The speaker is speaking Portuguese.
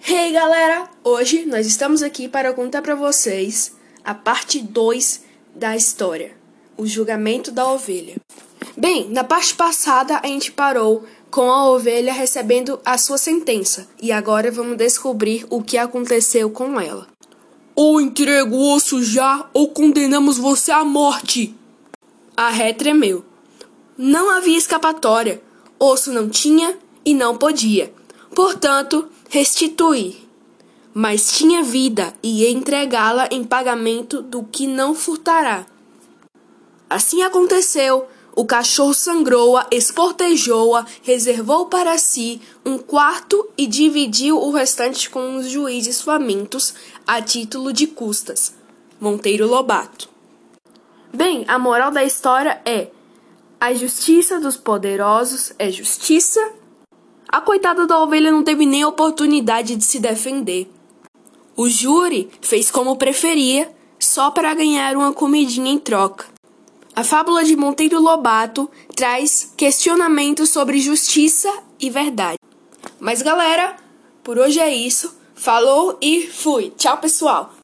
Hey galera, hoje nós estamos aqui para contar para vocês a parte 2 da história, o julgamento da ovelha. Bem, na parte passada a gente parou com a ovelha recebendo a sua sentença e agora vamos descobrir o que aconteceu com ela. Ou entrego o osso já, ou condenamos você à morte. A ré tremeu. Não havia escapatória, osso não tinha e não podia, portanto, restituir. Mas tinha vida e entregá-la em pagamento do que não furtará. Assim aconteceu. O cachorro sangrou-a, esportejou-a, reservou para si um quarto e dividiu o restante com os juízes famintos a título de custas. Monteiro Lobato. Bem, a moral da história é: a justiça dos poderosos é justiça. A coitada da ovelha não teve nem oportunidade de se defender. O júri fez como preferia, só para ganhar uma comidinha em troca. A fábula de Monteiro Lobato traz questionamentos sobre justiça e verdade. Mas galera, por hoje é isso. Falou e fui. Tchau, pessoal!